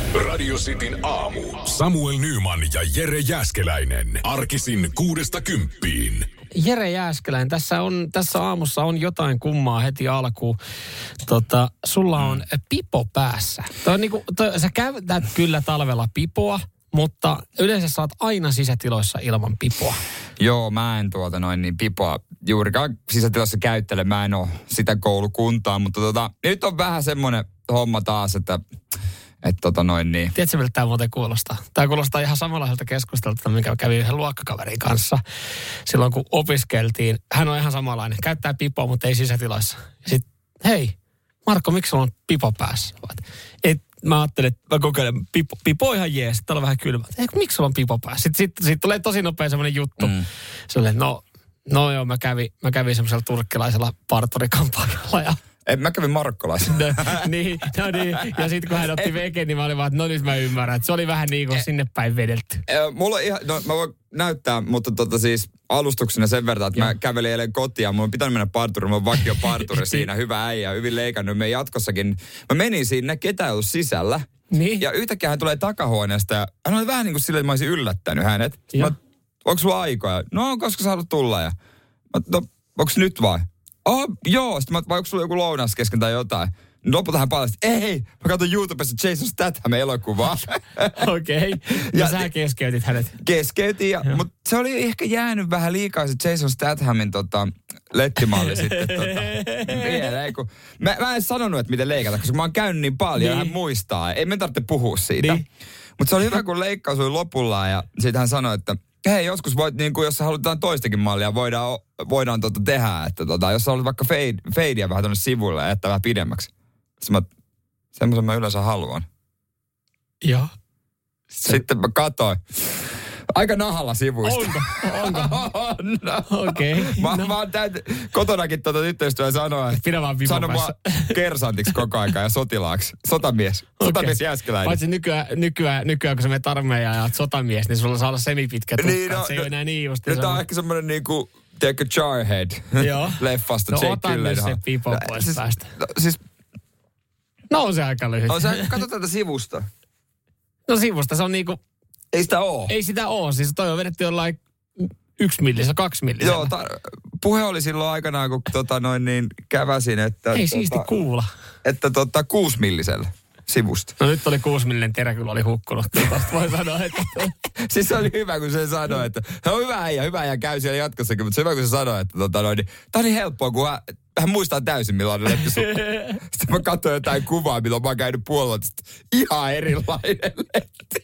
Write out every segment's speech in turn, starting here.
Radio Cityn aamu. Samuel Nyman ja Jere Jääskeläinen. Arkisin 6–10. Jere Jääskeläinen, tässä aamussa on jotain kummaa heti alkuun. Sulla on pipo päässä. Sä käytät kyllä talvella pipoa, mutta yleensä sä oot aina sisätiloissa ilman pipoa. Joo, mä en pipoa juurikaan sisätilassa käyttele. Mä en oo sitä koulukuntaa, mutta nyt on vähän semmoinen homma taas, että Tiedätkö, miltä tämä muuten kuulostaa? Tämä kuulostaa ihan samanlaiselta keskustelulta, mikä kävi yhden luokkakaverin kanssa silloin, kun opiskeltiin. Hän on ihan samanlainen. Käyttää pipoa, mutta ei sisätiloissa. Sitten, hei, Marko, miksi sulla on pipo päässä? Mä ajattelin, että mä kokeilen, pipo on ihan jees, täällä on vähän kylmä. Miksi sulla on pipo päässä? Sitten tulee tosi nopea semmoinen juttu. Sellainen, no joo, mä kävin semmoisella turkkilaisella parturikampaajalla ja mä kävin marokkolaisen. Niin. Ja sitten kun hän otti veken, niin mä olin vaan, että no nyt mä ymmärrän. Että se oli vähän niin kuin sinne päin vedelty. Mulla on ihan, mä voin näyttää, mutta siis alustuksena sen verran, että mä kävelin eilen kotiin. Mulla on pitänyt mennä parturiin, mulla on vakio parturi siinä, hyvä äijä, hyvin leikannut. Me jatkossakin, mä menin sinne, ketään ei ollut sisällä. Niin. Ja yhtäkkiä hän tulee takahuoneesta ja hän oli vähän niin kuin silleen, että mä olisin yllättänyt hänet. Onko sulla aikaa? No, koska sä haluat tulla? Ja onko nyt vai? Joo, sitten vai onko sulla joku lounas kesken tai jotain? Lopulta hän paljasti, ei, mä katson YouTubesta Jason Statham elokuvaa. Okei. Ja sä keskeytit hänet. Keskeytin, mutta se oli ehkä jäänyt vähän liikaa se Jason Stathamin lettimalli sitten. Vielä, mä en sanonut, että miten leikata, koska mä oon käynyt niin paljon ja hän muistaa. Ei me tarvitse puhua siitä. Niin. Mutta se oli hyvä, kun leikkaus oli lopullaan ja sitten hän sanoi, että hei, joskus voit, niin kuin, jos halutaan toistakin mallia, voidaan tehdä, että jos sä haluat vaikka feidiä vähän tuonne sivulle ja jättää vähän pidemmäksi. Semmoisen mä yleensä haluan. Joo. Sitten mä katoin. Aika nahalla sivuista. Onko? No. Okei. Mä oon kotonakin tyttöystävää sanoa. Pidä vaan pipo sano mua kersantiksi koko aika ja sotilaaksi. Sotamies. Sotamies Jääskeläinen. Paitsi nykyään kun sä menet armeijaan ja oot sotamies, niin sulla saa olla semipitkä tukka. Niin, se ei ole enää niin just. Tää on ehkä semmonen niinku, tiedätkö, Jarhead-leffasta. No otan nyt se pipo pois päästä. No on se aika lyhyt. Katso tätä sivusta. No sivusta se on niinku... Ei sitä oo. Ei sitä oo. Siis toi on vedetty jollain 1 millisellä, 2 millisellä. Joo, puhe oli silloin aikanaan, kun käväsin, että... Ei siisti kuulla. Että 6 millisellä sivusta. No nyt oli 6 millinen terä, kyllä oli hukkunut. Voi sanoa, että... Siis se oli hyvä, kun se sanoi, että... No hyvä ja käy siellä jatkossakin, mutta se hyvä, kun se sanoi, että tää on niin helppoa, kun hän muistaa täysin, milloin on lehti sulla. Sitten mä katsoin jotain kuvaa, milloin mä oon käynyt puolueesta. Ihan erilainen lehti.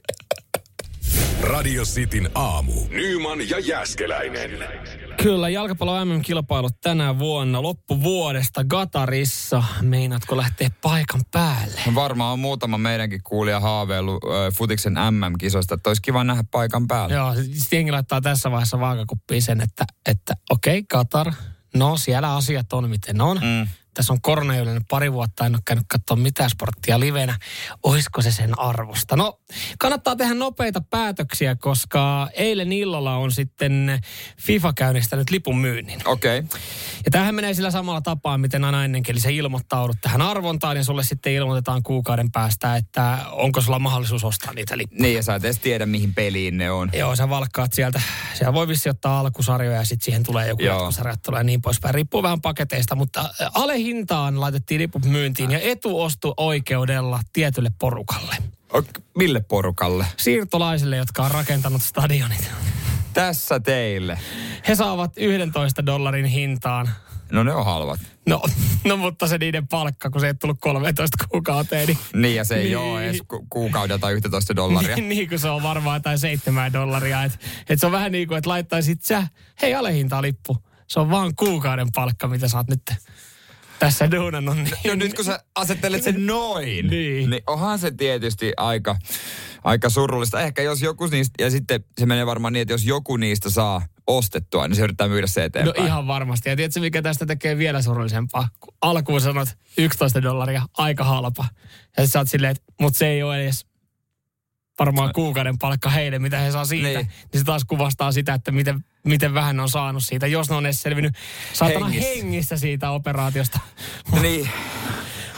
Radio Cityn aamu. Nyman ja Jääskeläinen. Kyllä, jalkapallo MM-kilpailut tänä vuonna loppuvuodesta Qatarissa. Meinaatko lähteä paikan päälle? Varmaan on muutama meidänkin kuulija haaveillut futiksen MM-kisoista, että olisi kiva nähdä paikan päälle. Joo, jengi laittaa tässä vaiheessa vaakakuppiin sen, että okei, Qatar, no siellä asiat on miten on. Tässä on koronajuhlinen 2 vuotta, en ole käynyt katsoa mitään sporttia livenä. Olisiko se sen arvosta? No, kannattaa tehdä nopeita päätöksiä, koska eilen illalla on sitten FIFA käynnistänyt lipun myynnin. Okei. Ja tämähän menee sillä samalla tapaa, miten aina ennenkin. Eli sä ilmoittaudut tähän arvontaan ja sulle sitten ilmoitetaan kuukauden päästä, että onko sulla mahdollisuus ostaa niitä lippuja. Niin, ja sä et edes tiedä, mihin peliin ne on. Joo, sä valkkaat sieltä. Siellä voi vissi ottaa alkusarjoja ja sitten siihen tulee joku jatkosarjoittelu ja niin poispäin. Riippuu vähän paketeista, mutta hintaan laitettiin liput myyntiin ja etuosto-oikeudella tietylle porukalle. Mille porukalle? Siirtolaisille, jotka on rakentanut stadionit. Tässä teille. He saavat $11 hintaan. No ne on halvat. No mutta se niiden palkka, kun se ei tullut 13 kuukauteen. Niin ja se ei ole edes kuukaudelta $11. Niin kun se on varmaan tai $7. Et se on vähän niin kuin, että laittaisit sä, hei alehintaa lippu. Se on vaan kuukauden palkka, mitä sä oot nyt tässä duunannut. No nyt kun sä asettelet sen noin, niin onhan se tietysti aika surullista. Ehkä jos joku niistä, ja sitten se menee varmaan niin, että jos joku niistä saa ostettua, niin se yrittää myydä se eteenpäin. No ihan varmasti. Ja tiedätkö, mikä tästä tekee vielä surullisempaa? Kun alkuun sanot $11, aika halpa. Ja sä oot silleen, että mut se ei ole edes varmaan kuukauden palkka heille, mitä he saa siitä. Niin se taas kuvastaa sitä, että miten vähän on saanut siitä, jos ne on edes selvinnyt saatana hengissä siitä operaatiosta. Niin.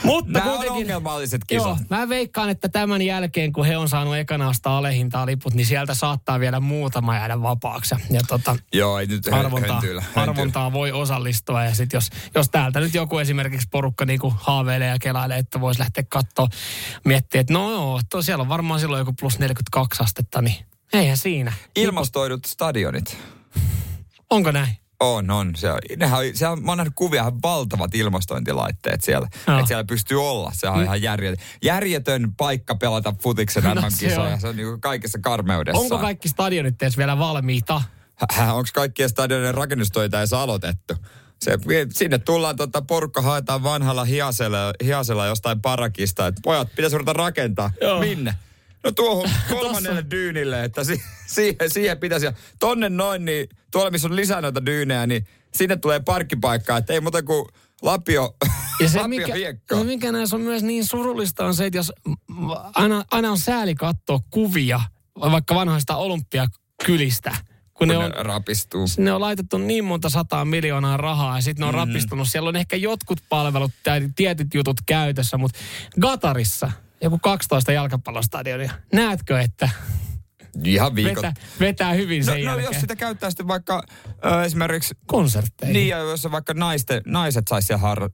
Mutta nämä on ongelmalliset kisat. Joo, mä veikkaan, että tämän jälkeen, kun he on saanut ekana ostaa alehintaa liput, niin sieltä saattaa vielä muutama jäädä vapaaksi. Ja joo, ei nyt arvontaa voi osallistua. Ja sitten jos täältä nyt joku esimerkiksi porukka niin kuin haaveilee ja kelailee, että voisi lähteä katsoa, miettiä, että no joo, siellä on varmaan silloin joku plus 42 astetta, niin eihän siinä. Ilmastoidut stadionit. Onko näin? On. Mä oon nähnyt kuvia, ihan valtavat ilmastointilaitteet siellä. Että siellä pystyy olla. Se on ihan järjetön paikka pelata futiksen MM-kisoja. Se on niin kaikessa karmeudessaan. Onko kaikki stadionit edes vielä valmiita? Onko kaikkien stadionien rakennustöitä edes aloitettu? Sinne tullaan, porukka haetaan vanhalla hiasella jostain parakista. Että pojat, pitäisi ruveta rakentaa. Joo. Minne? No tuohon kolmannelle dyynille, että siihen pitäisi. Ja tonne noin, niin tuolla missä on lisää noita dyynejä, niin sinne tulee parkkipaikkaa, että ei muuta kuin lapio hiekkaa. Ja mikä näissä on myös niin surullista on se, että jos aina on sääli katsoa kuvia, vaikka vanhoista olympiakylistä, kun ne rapistuu. Ne on laitettu niin monta 100 miljoonaa rahaa ja sitten ne on rapistunut. Siellä on ehkä jotkut palvelut tai tietyt jutut käytössä, mutta Qatarissa joku 12 jalkapallostadionia. Näetkö, että ihan viikot vetää hyvin sen jälkeen? No jos sitä käyttää sitten vaikka esimerkiksi konsertteihin. Niin, ja jos vaikka naiset saisi siellä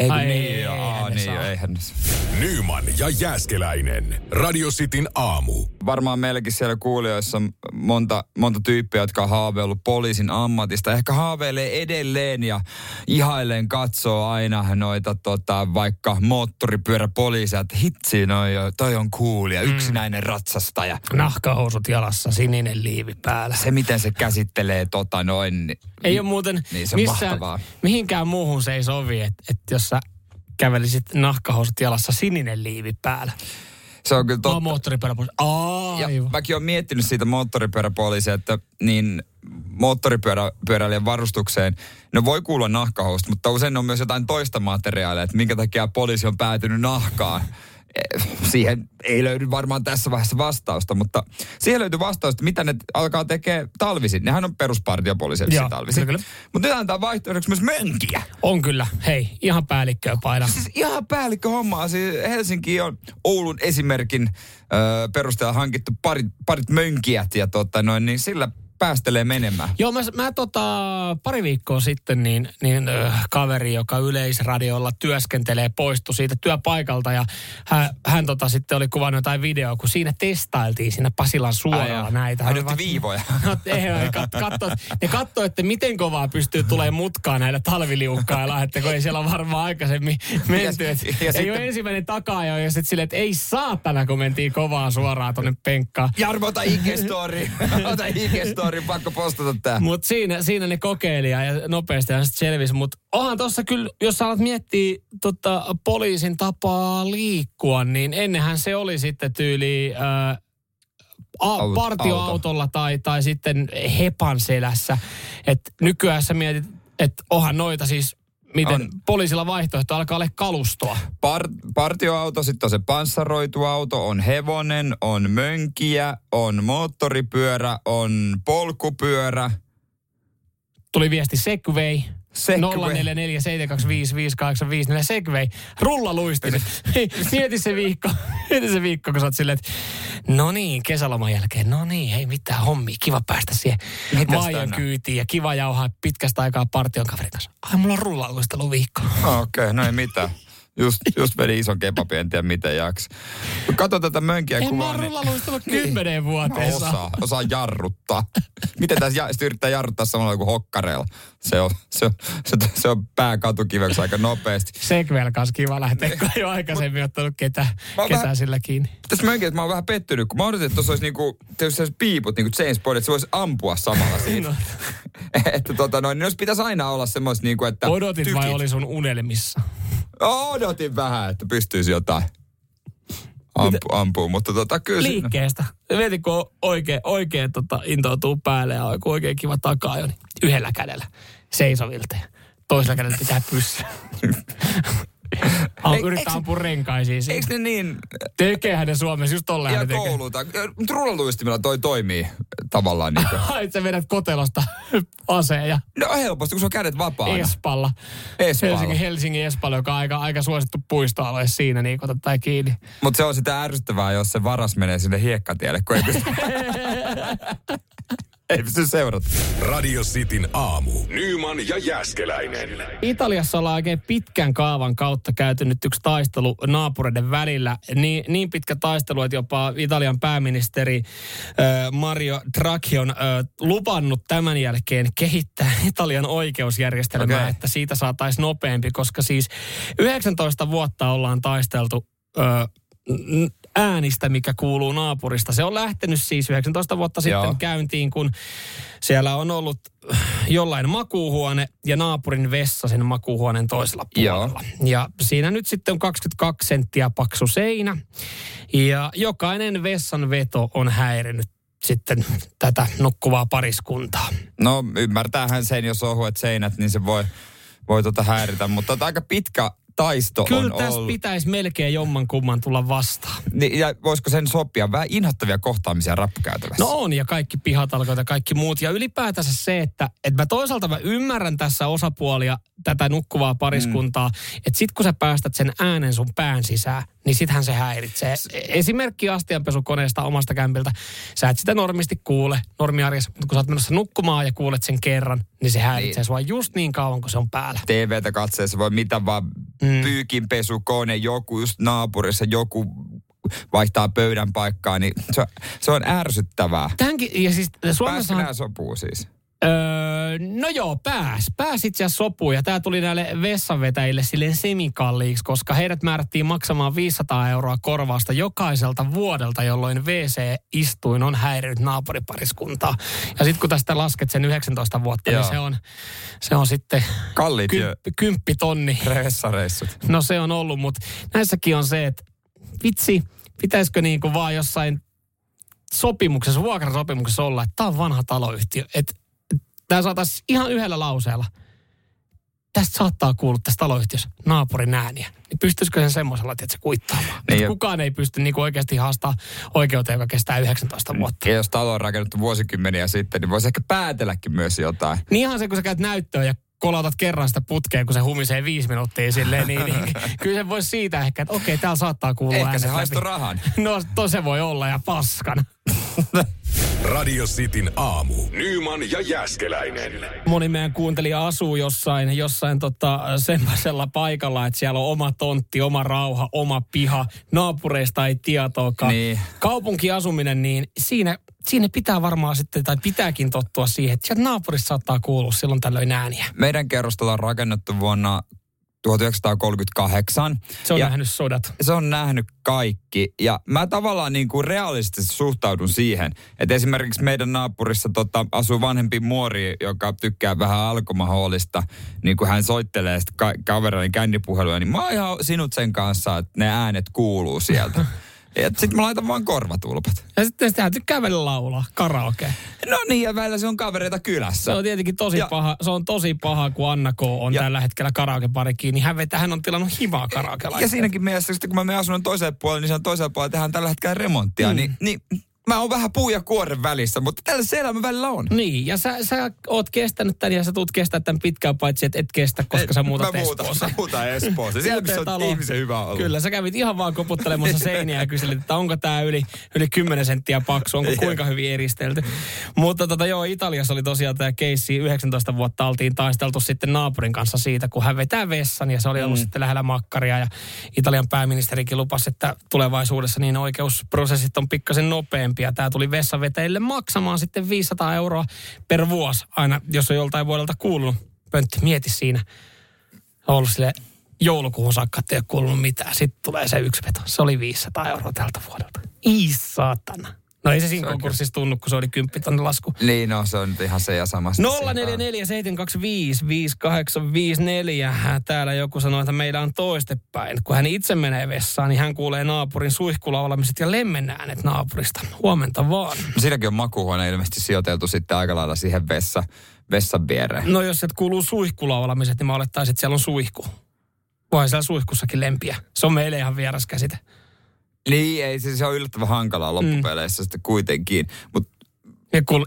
eihän. Nyman ja Jääskeläinen. Radio Cityn aamu. Varmaan meilläkin siellä kuulijoissa on monta tyyppiä, jotka on haaveillut poliisin ammatista. Ehkä haaveilee edelleen ja ihailen katsoo aina noita vaikka moottoripyöräpoliisia, että hitsi, toi on cool ja yksinäinen ratsastaja. Nahkahousut jalassa, sininen liivi päällä. Se miten se käsittelee ei ole muuten niin se on mahtavaa. Mihinkään muuhun se ei sovi, että jos sä kävelisit nahkahousut jalassa, sininen liivi päällä. Se on kyllä totta. Moottoripyöräpoliisi. Ja mäkin olen miettinyt siitä moottoripyöräpoliisia, että niin moottoripyöräilijän varustukseen, no voi kuulla nahkahousut, mutta usein on myös jotain toista materiaalia, että minkä takia poliisi on päätynyt nahkaan. Siihen ei löydy varmaan tässä vaiheessa vastausta, mutta siihen löytyy vastausta, mitä ne alkaa tekemään talvisin. Nehän on peruspartiopoliiseissa talvisin. Mutta nyt antaa vaihtoehdoksi myös mönkiä. On kyllä. Hei, ihan päällikköä paina. Siis ihan päällikköhommaa. Siis Helsinki on Oulun esimerkin perusteella hankittu parit mönkijät ja niin sillä päästelee menemään. Joo, mä pari viikkoa sitten niin kaveri, joka Yleisradiolla työskentelee, poistui siitä työpaikalta ja hän sitten oli kuvannut jotain videoa, kun siinä testailtiin siinä Pasilan suoralla näitä. Hän otti viivoja. Ne katsoi, että miten kovaa pystyy tulemaan mutkaan näillä talviliukkailla, että kun ei siellä varmaan aikaisemmin menty. Ei ole ensimmäinen takaajo ja sitten silleen, että ei saatana, kun mentiin kovaa suoraan tonne penkkaan. Jarmo, ota IG-story. Ota IG-story. Pakko postata tää. Mutta siinä ne kokeili ja nopeasti ja sitten selvisi. Mutta onhan tossa kyllä, jos sä alat miettiä poliisin tapaa liikkua, niin ennenhän se oli sitten tyyli partioautolla tai sitten hepan selässä. Että nykyään sä mietit, että onhan noita siis, miten poliisilla vaihtoehto alkaa olla kalustoa. Partioauto, sitten on se panssaroitu auto, on hevonen, on mönkiä, on moottoripyörä, on polkupyörä. Tuli viesti Segway. 0447255854 Segway. Rullaluistimet. Mieti se viikko, kun sä oot silleen, että no niin, kesäloman jälkeen, no niin, ei mitään hommia. Kiva päästä siihen Maijan kyytiin ja kiva jauhaa pitkästä aikaa partion kaverin kanssa. Ai, mulla on rullaluisteluviikko. Okei, no ei mitään. Just veli ison kebabin, en tiedä miten jaks. Kato tätä mönkiä kuvaa. En mä ole rullaluistellut 10 vuoteen. Osaa jarruttaa. Miten tässä yrittää jarruttaa samalla kuin hokkareilla? Se on pääkatukiveksi aika nopeasti. Segwaylla kanssa kiva lähteä, kun ei ole aikaisemmin ottanut ketään sillä kiinni. Tässä mönkiä, mä oon vähän pettynyt, kun mä odotin, että tuossa olisi niinku, piiput, niin kuin James Bond, että se voisi ampua samalla siitä. Että niin jos pitäisi aina olla semmoista niinku, että odotit tykit. Vai oli sun unelmissa? Odotin vähän, että pystyisi jotain ampuu, mutta kyllä... Liikkeestä. Mietin, kun oikein intoutuu päälle ja oikein kiva takaa jo, niin yhdellä kädellä seisovilta ja toisella kädellä pitää pyssyä. Yrittää ampua renkaisiin. Eikö ne niin... Tekeehän ne Suomessa just tolleen. Ja kouluta. Mutta rullaluistimilla toi toimii tavallaan niin kuin... Ai, sä vedät kotelosta aseen ja... No helposti, kun se on kädet vapaana. Espalla. Helsingin Espalla, joka on aika suosittu puistoalue siinä, niin kun otetaan kiinni. Mutta se on sitä ärsyttävää, jos se varas menee sinne hiekkatielle, kun ei pysty... Ei pysty seurata. Radio Cityn aamu. Nyman ja Jääskeläinen. Italiassa ollaan oikein pitkän kaavan kautta käyty nyt yksi taistelu naapureiden välillä. Niin pitkä taistelu, että jopa Italian pääministeri Mario Draghi on lupannut tämän jälkeen kehittää Italian oikeusjärjestelmää, että siitä saataisiin nopeampi, koska siis 19 vuotta ollaan taisteltu äänistä, mikä kuuluu naapurista. Se on lähtenyt siis 19 vuotta sitten käyntiin, kun siellä on ollut jollain makuuhuone ja naapurin vessa sen makuuhuoneen toisella puolella. Ja siinä nyt sitten on 22 senttiä paksu seinä ja jokainen vessan veto on häirinyt sitten tätä nukkuvaa pariskuntaa. No ymmärtäähän sen, jos on ohuet seinät, niin se voi häiritä, mutta aika pitkä taisto kyllä on ollut. Kyllä tässä pitäisi melkein jommankumman tulla vastaan. Niin, ja voisiko sen sopia? Vähän inhottavia kohtaamisia rappukäytävässä. No on, ja kaikki pihatalkoita ja kaikki muut. Ja ylipäätänsä se, että mä ymmärrän tässä osapuolia tätä nukkuvaa pariskuntaa, että sit kun sä päästät sen äänen sun pään sisään, niin sittenhän se häiritsee. Esimerkki astianpesukoneesta omasta kämpiltä. Sä et sitä normisti kuule normiarjessa, mutta kun sä oot menossa nukkumaan ja kuulet sen kerran, niin se häiritsee sua just niin kauan, kun se on päällä. TVtä katseessa voi mitä vaan pyykinpesukone, joku just naapurissa, joku vaihtaa pöydän paikkaa, niin se on ärsyttävää. Tämänkin, ja siis Pääsikö nämä sopuu siis? No joo, pääs itse asiassa sopuun. Ja tämä tuli näille vessanvetäjille silleen semikalliiksi, koska heidät määrättiin maksamaan 500 € korvausta jokaiselta vuodelta, jolloin WC-istuin on häirinyt naapuripariskuntaa. Ja sitten kun tästä lasket sen 19 vuotta, niin se on sitten 10 tonni. Vessareissut. No se on ollut, mutta näissäkin on se, että vitsi, pitäisikö niinku vaan jossain sopimuksessa, vuokrasopimuksessa olla, että tämä on vanha taloyhtiö, että tämä saataisiin ihan yhdellä lauseella. Tästä saattaa kuulua tässä taloyhtiössä naapurin ääniä. Niin pystyisikö sen semmoisella, että se kuittaamaan? Niin kukaan ei pysty niinku oikeasti haastaa oikeuteen, joka kestää 19 vuotta. Ja jos talo on rakennettu vuosikymmeniä sitten, niin voisi ehkä päätelläkin myös jotain. Niin ihan se, kun sä käyt näyttöön ja kolautat kerran sitä putkea, kun se humisee 5 minuuttia silleen, niin kyllä se voisi siitä ehkä, että okei, täällä saattaa kuulua äänet. Ehkä se haistoi rahan. No se voi olla ja paskan. Radio Cityn aamu. Nyman ja Jääskeläinen. Moni meidän kuuntelija asuu jossain semmoisella paikalla, että siellä on oma tontti, oma rauha, oma piha, naapureista ei tietoakaan. Niin. Kaupunkiasuminen, niin siinä pitää varmaan sitten, tai pitääkin tottua siihen, että sieltä naapurissa saattaa kuulua silloin tällöin ääniä. Meidän kerrostolla on rakennettu vuonna 1938. Se on nähnyt sodat. Se on nähnyt kaikki. Ja mä tavallaan niin kuin realistisesti suhtaudun siihen, että esimerkiksi meidän naapurissa asuu vanhempi muori, joka tykkää vähän alkomahoolista. Niin kuin hän soittelee kavereiden kännipuheluja, niin mä oon ihan sinut sen kanssa, että ne äänet kuuluu sieltä. Sitten mä laitan vaan korvatulpat. Ja sitten sitä tykkää välillä laulaa, karaoke. No niin, ja välillä se on kavereita kylässä. Se on tietenkin paha. Se on tosi paha, kun Anna K. on tällä hetkellä karaokepari kiinni. Hän on tilannut hivaa karaokelaitteita. Ja siinäkin mielessä, sitten kun mä menen asunnon toiselle puolelle, niin sen toisella puolella tehdään tällä hetkellä remonttia. Niin mä oon vähän puu ja kuoren välissä, mutta tällä se elämä välillä on. Niin, ja sä oot kestänyt tän ja sä tulet kestää tämän pitkään, paitsi et kesktä, koska sä muutat Espooseen. Mä muutan Espooseen. Siellä missä on ihmisen hyvä olla. Kyllä, sä kävit ihan vaan koputtelemassa seiniä ja kyselit, että onko tää yli 10 senttiä paksu, onko kuinka hyvin eristelty. Mutta Italiassa oli tosiaan tää keissi, 19 vuotta oltiin taisteltu sitten naapurin kanssa siitä, kun hän vetää vessan ja se oli ollut sitten lähellä makkaria ja Italian pääministerikin lupasi, että tulevaisuudessa niin oikeusprosessit on pikkasen nopeampi. Ja tämä tuli vessanvetäjille maksamaan sitten 500 € per vuosi aina, jos on joltain vuodelta kuulunut. Pöntti, mieti siinä. On ollut sille joulukuuhun saakka, ettei ole kuulunut mitään. Sitten tulee se yksi veto. Se oli 500 € tältä vuodelta. Ii saatana. No ei se siinä konkurssissa tunnu, kun se oli 10 tonnin lasku. Niin, no se on nyt ihan se ja samasta. 044 725 5854. Täällä joku sanoi, että meillä on toistepäin. Kun hän itse menee vessaan, niin hän kuulee naapurin suihkulaulamiset ja lemmenäänet naapurista. Huomenta vaan. Siinäkin on makuuhuone ilmeisesti sijoiteltu sitten aika lailla siihen vessan viereen. No jos et kuuluu suihkulaulamiset, niin mä olettaisin, että siellä on suihku. Voihan siellä suihkussakin lempiä. Se on meille ihan vieras käsite. Niin, ei se on yllättävän hankalaa loppupeleissä sitten kuitenkin. Ja kuuluu,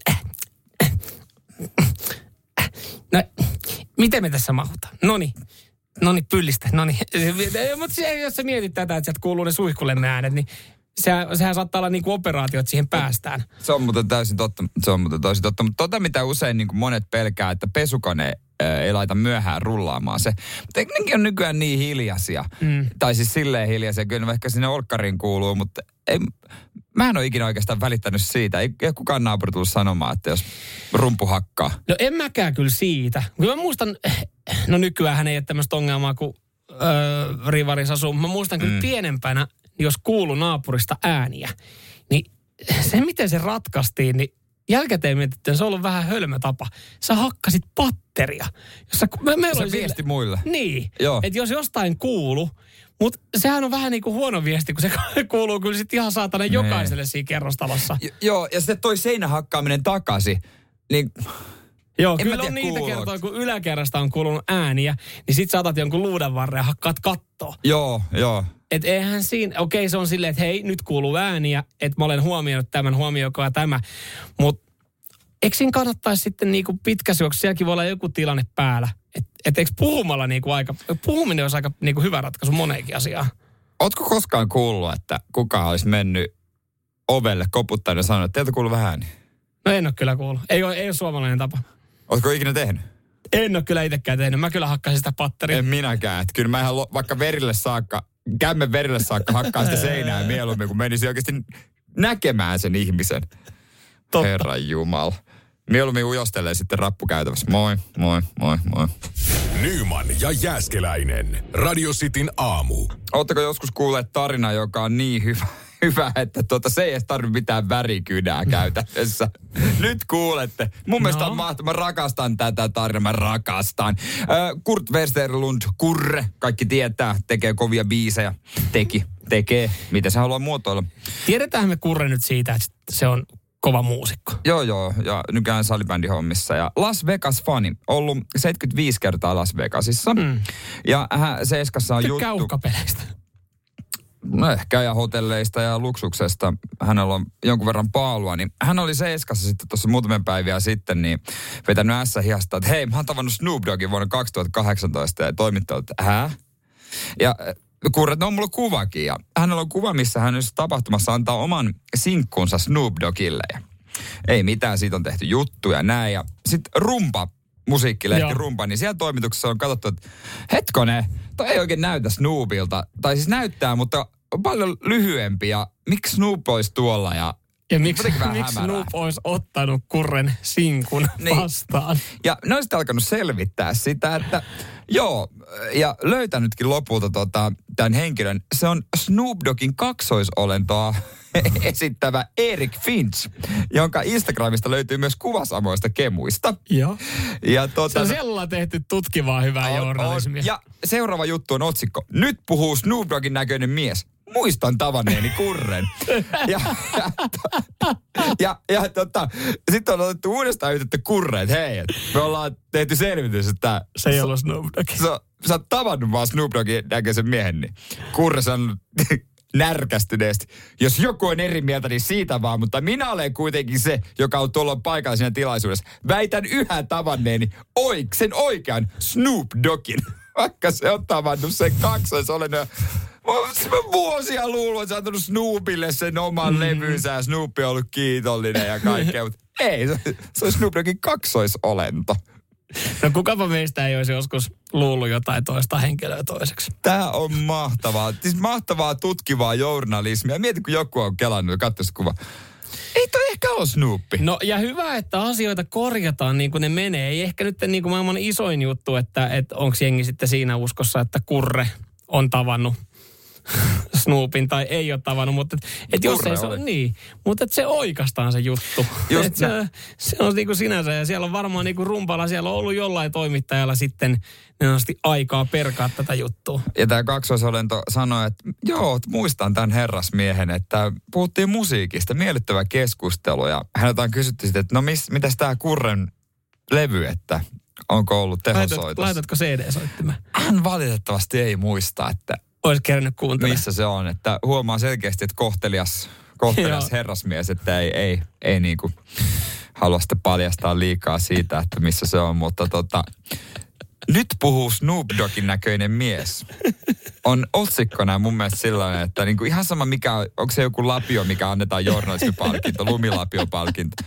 no, miten me tässä mahutaan? Noniin, pyllistä, noniin. Mutta jos sä mietit tätä, että sieltä kuuluu ne suihkulemme äänet, niin sehän saattaa olla niinku operaatio, että siihen päästään. Se on muuten täysin totta. Mutta mitä usein niinku monet pelkää, että pesukone ei laita myöhään rullaamaan se. Mutta nekin on nykyään niin hiljaisia. Tai siis silleen hiljaisia. Kyllä ehkä sinne olkkariin kuuluu, mutta mä en ole ikinä oikeastaan välittänyt siitä. Ei kukaan naapuri tullut sanomaan, että jos rumpu hakkaa. No en mäkään kyllä siitä. Kyllä mä muistan, no nykyään ei ole tämmöistä ongelmaa, kun rivaris asuu. Mä muistan kyllä pienempänä, jos kuulu naapurista ääniä, niin se miten se ratkaistiin, niin jälkikäteen mietittiin, se on ollut vähän hölmö tapa. Sä hakkasit patteria. Se viesti muille. Niin, että jos jostain kuulu, mutta sehän on vähän niin kuin huono viesti, kun se kuuluu kyllä sitten ihan saatana jokaiselle siinä kerrostalossa. Joo, ja sitten toi seinähakkaaminen takaisin, niin... Joo, kyllä on niitä kertoja, kun yläkerrasta on kuulunut ääniä, niin sit saatat jonkun luudan varren ja hakkaat kattoa. Joo. Et eihän siinä, okei se on silleen, että hei, nyt kuuluu ääniä, että mä olen huomioinut tämän, huomioikaa tämä. Mutta eikö siinä kannattaisi sitten niinku pitkässä juoksussa, sielläkin voi olla joku tilanne päällä. Että eikö puhumalla niinku puhuminen olisi aika niinku hyvä ratkaisu moneenkin asiaan. Ootko koskaan kuullut, että kukaan olisi mennyt ovelle koputtanut ja sanonut, että teiltä kuuluu vähän ääniä? No en ole kyllä kuullut. Ei ole suomalainen tapa. Ootko ikinä tehnyt? En ole kyllä itsekään tehnyt. Mä kyllä hakkasin sitä patteria. En minäkään. Että kyllä mä ihan vaikka kämmen verille saakka hakkaa sitä seinää mieluummin, kun menisi oikeasti näkemään sen ihmisen. Totta. Herran Jumala. Mieluummin ujostelee sitten rappukäytävässä. Moi. Nyman ja Jääskeläinen. Radio Cityn aamu. Ootteko joskus kuulleet tarina, joka on niin hyvä, että se ei edes tarvitse mitään värikynää käytännössä. Nyt kuulette. Mun mielestä on mahtavaa. Mä rakastan tätä tarinaa. Mä rakastan. Kurt Westerlund, Kurre, kaikki tietää, tekee kovia biisejä. Tekee. Miten se haluaa muotoilla? Tiedetään me Kurre nyt siitä, että se on kova muusikko. Joo. Ja nykyään salibändihommissa. Ja Las Vegas-fani. Ollut 75 kertaa Las Vegasissa. Ja Seiskassa on juttu. Kauhukapeleista. No ehkä ja hotelleista ja luksuksesta. Hänellä on jonkun verran paalua. Niin hän oli Seiskassa sitten tuossa muutamia päiviä sitten niin vetänyt ässä-hihasta, että hei, mä oon tavannut Snoop Doggin vuonna 2018 ja toimittanut, että Ja Kurret, on mulla kuvakin. Ja hänellä on kuva, missä hän nyt tapahtumassa antaa oman sinkkunsa Snoop Doggille. Ja ei mitään, siitä on tehty juttuja näin. Ja sitten musiikkilehti Rumpa, niin siellä toimituksessa on katsottu, että hetkonen, toi ei oikein näytä Snoopilta. Tai siis näyttää, mutta on paljon lyhyempi. Ja miksi Snoop olisi tuolla ja miksi Snoop olisi ottanut Kurren sinkun vastaan? Ja ne on sitten alkanut selvittää sitä, että ja löytänytkin lopulta tämän henkilön. Se on Snoop Doggin kaksoisolentoa esittävä Eric Finch, jonka Instagramista löytyy myös kuva samoista kemuista. Joo. Ja se on sellainen tehty tutkivaa hyvää journalismia. Ja seuraava juttu on otsikko. Nyt puhuu Snoop Doggin näköinen mies. Muistan tavanneeni Kurren. Sitten on otettu uudestaan yhteyttä Kurreen, että hei, me ollaan tehty selvitys, että se ei ollut Snoop Dogg. Sä oot tavannut vaan Snoop Doggin näköisen miehen, niin Kurre on närkästyneesti. Jos joku on eri mieltä, niin siitä vaan, mutta minä olen kuitenkin se, joka on tuolla paikalla siinä tilaisuudessa. Väitän yhä tavanneeni sen oikean Snoop Doggin, vaikka se on tavannut sen kaksoisolennon. Mä vuosia luullut, että sä oot antanut Snoopille sen oman levynsä ja Snoop on ollut kiitollinen ja kaikkea, mutta ei, se on Snoop Doggin kaksoisolento. No kukapa meistä ei olisi joskus luullut jotain toista henkilöä toiseksi. Tää on mahtavaa. Siis mahtavaa tutkivaa journalismia. Mieti, kun joku on kelannut ja katsoi kuva. Ei toi ehkä ole Snoopi. No ja hyvä, että asioita korjataan niin kuin ne menee. Ei ehkä nyt niin kuin maailman isoin juttu, että onko jengi sitten siinä uskossa, että Kurre on tavannut Snoopin tai ei ole tavannut, mutta jos ei se ole niin, mutta se oikastaan se juttu. Se on niin kuin sinänsä ja siellä on varmaan niin kuin Rumpalla, siellä on ollut jollain toimittajalla sitten aikaa perkaa tätä juttua. Ja tämä kaksoisolento sanoi, että muistan tämän herrasmiehen, että puhuttiin musiikista, miellyttävä keskustelu ja häneltä on kysytty sitten, että no mitäs tämä Kurren levy, että onko ollut tehosoitossa? Laitatko CD-soittimeen? Hän valitettavasti ei muista, että olisi kerännyt kuuntelemaan. Missä se on, että huomaa selkeästi, että kohtelias herrasmies, että ei niinku halua sitten paljastaa liikaa siitä, että missä se on, mutta nyt puhuu Snoop Doggin näköinen mies. On otsikkona mun mielestä sellainen, että niinku ihan sama mikä, onko se joku lapio, mikä annetaan journalismipalkinto, lumilapiopalkinto.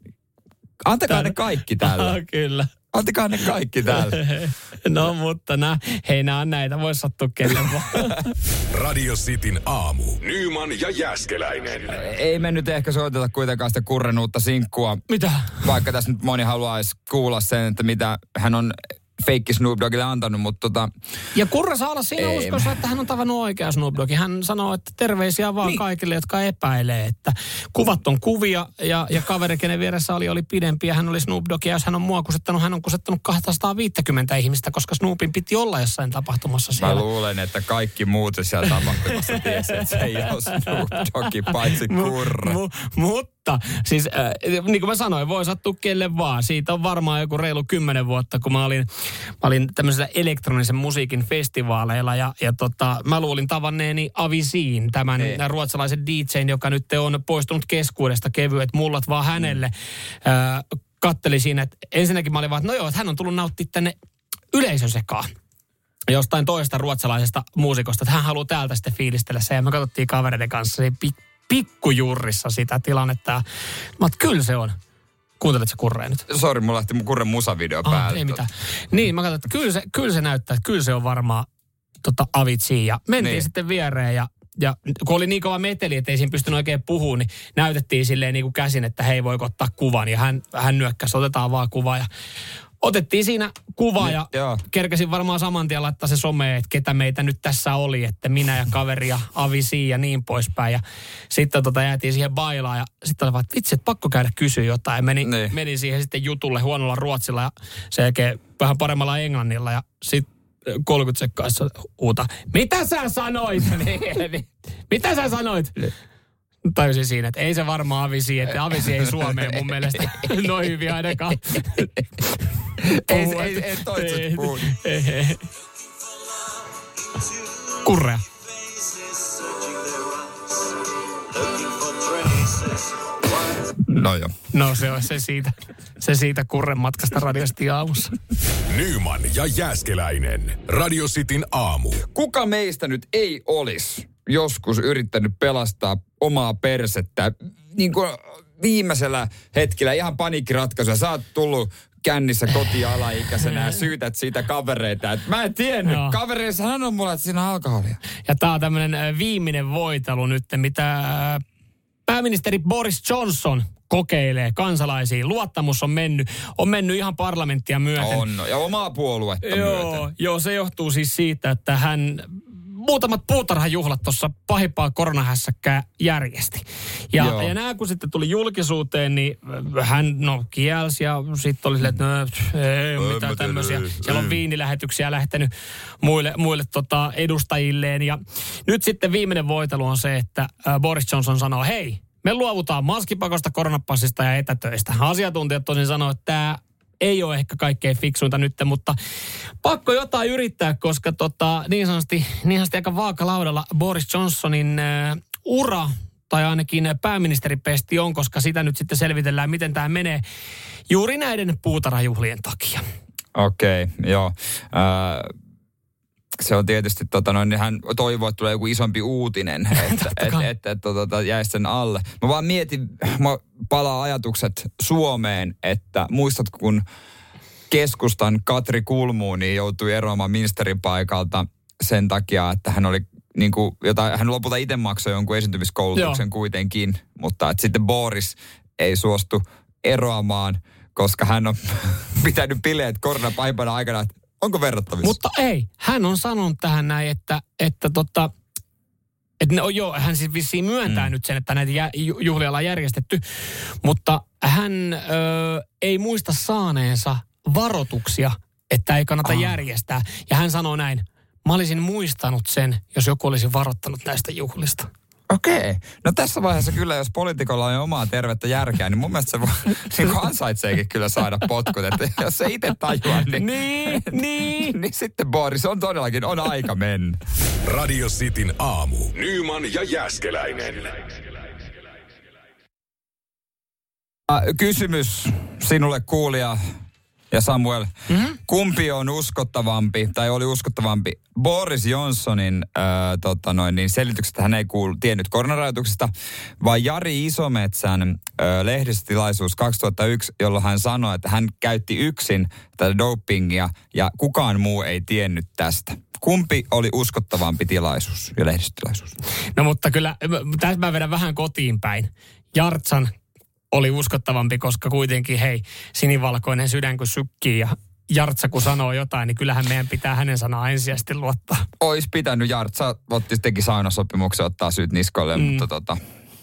Antakaa ne kaikki täällä. Kyllä. Antakaa ne kaikki täällä. No mutta nämä on näitä, voi sattua kelle vaan. Radio Cityn aamu. Nyman ja Jääskeläinen. Ei me nyt ehkä soiteta kuitenkaan sitä Kurren uutta sinkkua. Mitä? Vaikka tässä nyt moni haluaisi kuulla sen, että mitä hän on feikki Snoop Doggille antanut, mutta Ja Kurre saa olla siinä uskossa, että hän on tavannut oikea Snoop Doggi. Hän sanoo, että terveisiä vaan kaikille, jotka epäilee, että kuvat on kuvia ja kaveri, kenen vieressä oli pidempi ja hän oli Snoop Dogg. Ja jos hän on mua kusettanut, hän on kusettanut 250 ihmistä, koska Snoopin piti olla jossain tapahtumassa siellä. Mä luulen, että kaikki muut siellä tapahtumassa tiesi, että se ei ole Snoop Doggi, paitsi Kurre. Mutta siis niin kuin mä sanoin, voi sattua kelle vaan. Siitä on varmaan joku reilu 10 vuotta, kun mä olin tämmöisellä elektronisen musiikin festivaaleilla ja mä luulin tavanneeni Aviciin, tämän ruotsalaisen DJ:n, joka nyt on poistunut keskuudesta, kevyet mullat vaan hänelle. Katteli siinä, että ensinnäkin mä olin vaan, että no joo, että hän on tullut nauttia tänne yleisön sekaan jostain toista ruotsalaisesta muusikosta, että hän haluaa täältä sitten fiilistellä se. Ja me katsottiin kavereiden kanssa pikkujurrissa sitä tilannetta. Mä oon, kyllä se on. Kuunteletko Kurrea nyt? Sori, mulla lähti mun Kurren musavideo päälle. Ei mitään. Niin, mä katsoin, että kyllä se näyttää, että kyllä se on varmaan Avicii. Ja mentiin sitten viereen ja kun oli niin kova meteli, että ei siinä pystynyt oikein puhumaan, niin näytettiin silleen niin kuin käsin, että hei, voiko ottaa kuvan. Ja hän nyökkäsi, otetaan vaan kuva. Ja otettiin siinä kuva ja kerkäsin varmaan saman tien laittaa se someen, että ketä meitä nyt tässä oli, että minä ja kaveri ja Avicii ja niin poispäin. Ja sitten jäätiin siihen bailaan ja sitten oli vaan, että vitsi, että pakko käydä kysyä jotain. Menin siihen sitten jutulle huonolla ruotsilla ja sen jälkeen vähän paremmalla englannilla ja sitten 30 sekkaissa huuta, mitä sä sanoit? Mitä sä sanoit? Tajusin siinä, että ei se varmaan Avicii, että Avicii ei Suomeen mun mielestä noin hyvin ainakaan. Ei toiset puhunut. Kurrea. No joo. No se on se siitä Kurren matkasta radiosti aamussa. Nyman ja Jääskeläinen. Radio Cityn aamu. Kuka meistä nyt ei olisi joskus yrittänyt pelastaa omaa persettä niin kuin viimeisellä hetkellä ihan paniikkiratkaisuja. Sä oot tullut kännissä kotialaikäisenä ja syytät siitä kavereita. Et mä en tiennyt. No. Kaveri sanoi mulle, että siinä on alkoholia. Ja tää on tämmönen viimeinen voitelu nyt, mitä pääministeri Boris Johnson kokeilee kansalaisiin. Luottamus on mennyt ihan parlamenttia myöten. On, ja omaa puoluetta myöten. Joo, se johtuu siis siitä, että hän muutamat puutarhajuhlat tuossa pahimpaa koronahässäkkää järjesti. Ja nämä kun sitten tuli julkisuuteen, niin hän kielsi ja sitten oli silleen, että ei ole mitään tämmöisiä. Siellä on viinilähetyksiä lähtenyt muille edustajilleen. Ja nyt sitten viimeinen voitelu on se, että Boris Johnson sanoo, hei, me luovutaan maskipakosta, koronapassista ja etätöistä. Asiantuntijat tosin sanoo, että tämä ei ole ehkä kaikkein fiksuinta nyt, mutta pakko jotain yrittää, koska niin sanotusti aika vaakalaudalla Boris Johnsonin ura, tai ainakin pääministeripesti on, koska sitä nyt sitten selvitellään, miten tämä menee juuri näiden puutarhajuhlien takia. Okei, joo. Se on tietysti, niin hän toivoo, että tulee joku isompi uutinen, että jäisi sen alle. Mä vaan mietin, mä palaa ajatukset Suomeen, että muistatko, kun keskustan Katri Kulmuni joutui eroamaan ministerin paikalta sen takia, että hän oli hän lopulta itse maksoi jonkun esiintymiskoulutuksen kuitenkin, mutta että sitten Boris ei suostu eroamaan, koska hän on pitänyt bileet koronan pahimpana aikana. Onko verrattavissa? Mutta ei. Hän on sanonut tähän näin, että hän siis vissiin myöntää nyt sen, että näitä juhlia ollaan järjestetty, mutta hän ei muista saaneensa varoituksia, että ei kannata järjestää. Ja hän sanoo näin, mä olisin muistanut sen, jos joku olisi varoittanut näistä juhlista. Okei. No tässä vaiheessa kyllä, jos poliitikolla on omaa tervettä järkeä, niin mun mielestä se niin ansaitseekin kyllä saada potkut. Että jos se itse tajua, niin sitten Boris on todellakin, on aika mennä. Radio Cityn aamu. Nyman ja Jääskeläinen. Kysymys sinulle kuulija ja Samuel. Kumpi on uskottavampi, tai oli uskottavampi, Boris Johnsonin selitykset, että hän ei tiennyt koronarajoituksesta, vai Jari Isometsän lehdistötilaisuus 2001, jolloin hän sanoi, että hän käytti yksin tätä dopingia ja kukaan muu ei tiennyt tästä. Kumpi oli uskottavampi tilaisuus ja lehdistötilaisuus? No mutta kyllä, tässä mä vedän vähän kotiin päin. Jartsan oli uskottavampi, koska kuitenkin, sinivalkoinen sydän kun sykkii ja Jartsa kun sanoo jotain, niin kyllähän meidän pitää hänen sanaa ensisijaisesti luottaa. Ois pitänyt Jartsa, teki saunasopimuksen ottaa syyt niskoille, mutta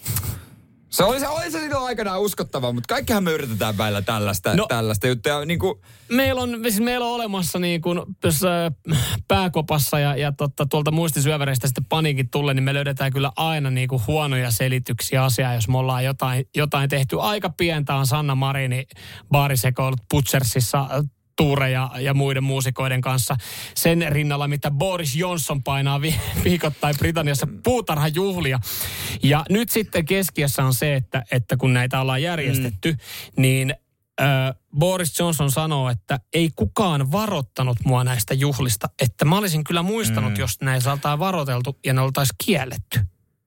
se oli se silloin aikanaan uskottava, mutta kaikkihan me yritetään välillä tällaista juttuja. Niin kuin meillä on olemassa niin kuin pääkopassa ja tuolta muistisyöväreistä sitten paniikin tulle, niin me löydetään kyllä aina niin kuin huonoja selityksiä asiaa, jos me ollaan jotain tehty. Aika pientä on Sanna Marini baarisekoilut Butchersissa Tuure ja muiden muusikoiden kanssa sen rinnalla, mitä Boris Johnson painaa viikoittain Britanniassa puutarhajuhlia. Ja nyt sitten keskiössä on se, että kun näitä ollaan järjestetty, niin Boris Johnson sanoo, että ei kukaan varoittanut mua näistä juhlista, että mä olisin kyllä muistanut, jos näissä oltaan varoiteltu ja ne oltaisiin kielletty.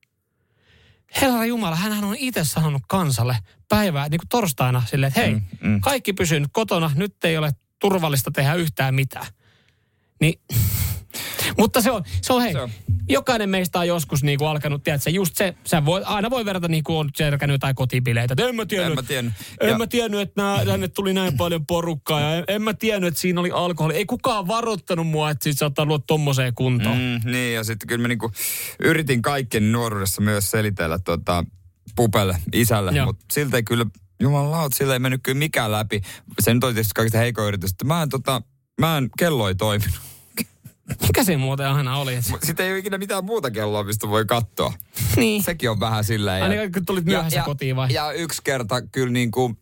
Herra Jumala, hänhän on itse sanonut kansalle päivää, niin kuin torstaina, silleen, että kaikki pysyy nyt kotona, nyt ei ole turvallista tehdä yhtään mitään. Niin, mutta se on jokainen meistä on joskus niinku alkanut, tiedätkö, just se, aina voi verrata niin kuin on järkännyt jotain kotibileitä. En mä tiennyt, että tänne tuli näin paljon porukkaa ja en mä tiennyt, että siinä oli alkoholi. Ei kukaan varoittanut mua, että siitä saattaa luoda tommoseen kuntoon. Niin, ja sitten kyllä mä niinku yritin kaikkien nuoruudessa myös selitellä pupelle, isälle, mutta siltä ei kyllä, jumalauta, sillä ei mennyt kyllä mikään läpi. Se nyt oli tietysti kaikista heikoin yritys, että kello ei toiminut. Mikä se muuten aina oli? Sitten ei ole ikinä mitään muuta kelloa, mistä voi katsoa. Niin. Sekin on vähän silleen. Aina kun tulit myöhässä kotiin vai? Ja yksi kerta kyllä niin kuin,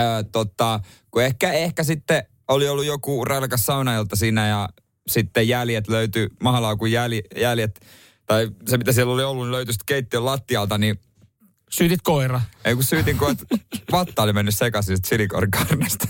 kun ehkä sitten oli ollut joku railakas saunailta siinä ja sitten jäljet löytyi, mahalaukun jäljet, tai se mitä siellä oli ollut, niin löytyi sitten keittiön lattialta, niin syytit koira? Ei kun syytin, kun vatta oli mennyt sekaisin chilikornesta.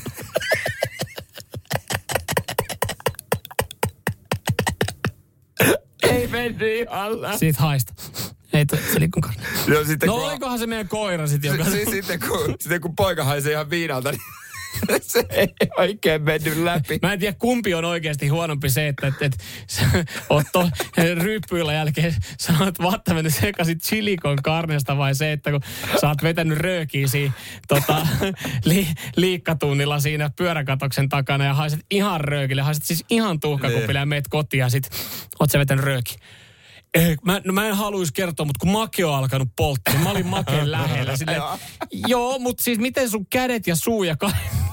Ei mennyt alla. Siitä haista. Ei chilikornea. No olikohan se meidän koira sitten, joka sitten kun poika haisi ihan viinalta, niin se ei oikein mennyt läpi. Mä en tiedä, kumpi on oikeasti huonompi se, että Otto ryyppyillä jälkeen sanoo, että vatta mennyt sekaisin chilikon karnesta, vai se, että kun sä oot vetänyt röökiä siinä liikkatunnilla siinä pyöräkatoksen takana ja haiset ihan röökille, haiset siis ihan tuhkakupille ja meet kotiin ja sit oot sä vetänyt röökiä. Mä en haluaisi kertoa, mutta kun make on alkanut polttaa, niin mä olin makeen lähellä. Silleen, joo, mutta siis miten sun kädet ja suu ja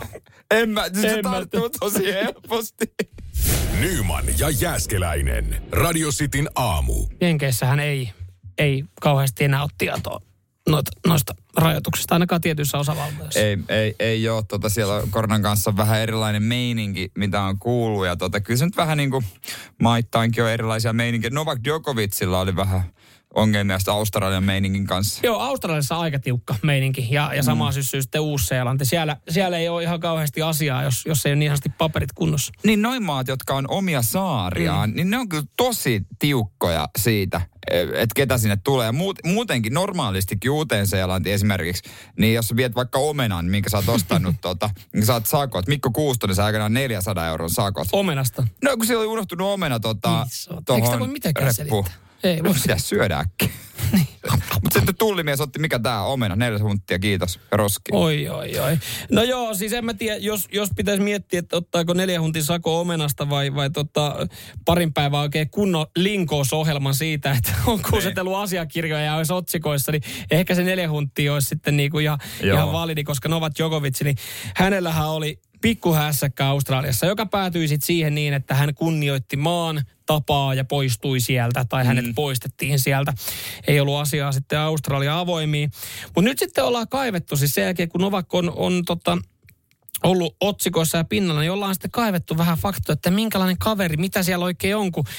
se tarttuu tosi helposti. Nyman ja Jääskeläinen. Radio Cityn aamu. Jenkeissähän ei kauheasti enää ole tietoa noista rajoituksista, ainakaan tietyissä osavaltioissa. Ei ole. Siellä koronan kanssa on vähän erilainen meininki, mitä on kuullut. Ja kyllä se nyt vähän niin kuin maittainkin on erilaisia meininkiä. Novak Djokovicilla oli vähän ongelmia sitä Australian meiningin kanssa. Joo, Australiassa aika tiukka meininki ja sama syssyy sitten Uus-Seelanti. Siellä ei ole ihan kauheasti asiaa, jos ei ole niin ihanasti paperit kunnossa. Niin noin maat, jotka on omia saariaan, niin ne on kyllä tosi tiukkoja siitä, että ketä sinne tulee. Muutenkin normaalistikin Uuteen-Seelantiin esimerkiksi, niin jos viet vaikka omenan, minkä sä oot ostanut, niin saat sakot. Mikko Kuustonen saa aikanaan 400 euron sakot. Omenasta? No kun siellä oli unohtunut omena tuohon eikö sitä voi mitenkään selittää? Ei voi. Pitäisi syödä äkkiä. Mutta sitten tullimies otti, mikä tää omena, 4 hunttia, kiitos, roski. Oi. No joo, siis en mä tiedä, jos pitäisi miettiä, että ottaako 4 huntin sako omenasta vai parin päivää oikein kunnon linkoosohjelman siitä, että on kuusetellut asiakirjoja ja olisi otsikoissa, niin ehkä se 4 hunttia olisi sitten niinku ihan validi, koska Novak Djokovic, niin hänellähän oli pikkuhässäkkä Australiassa, joka päätyi sitten siihen niin, että hän kunnioitti maan tapaa ja poistui sieltä, tai hänet poistettiin sieltä. Ei ollut asiaa sitten Australia avoimiin. Mutta nyt sitten ollaan kaivettu siis sen jälkeen, kun Novak ollut otsikoissa ja pinnalla, niin ollaan sitten kaivettu vähän faktoja, että minkälainen kaveri, mitä siellä oikein on, kun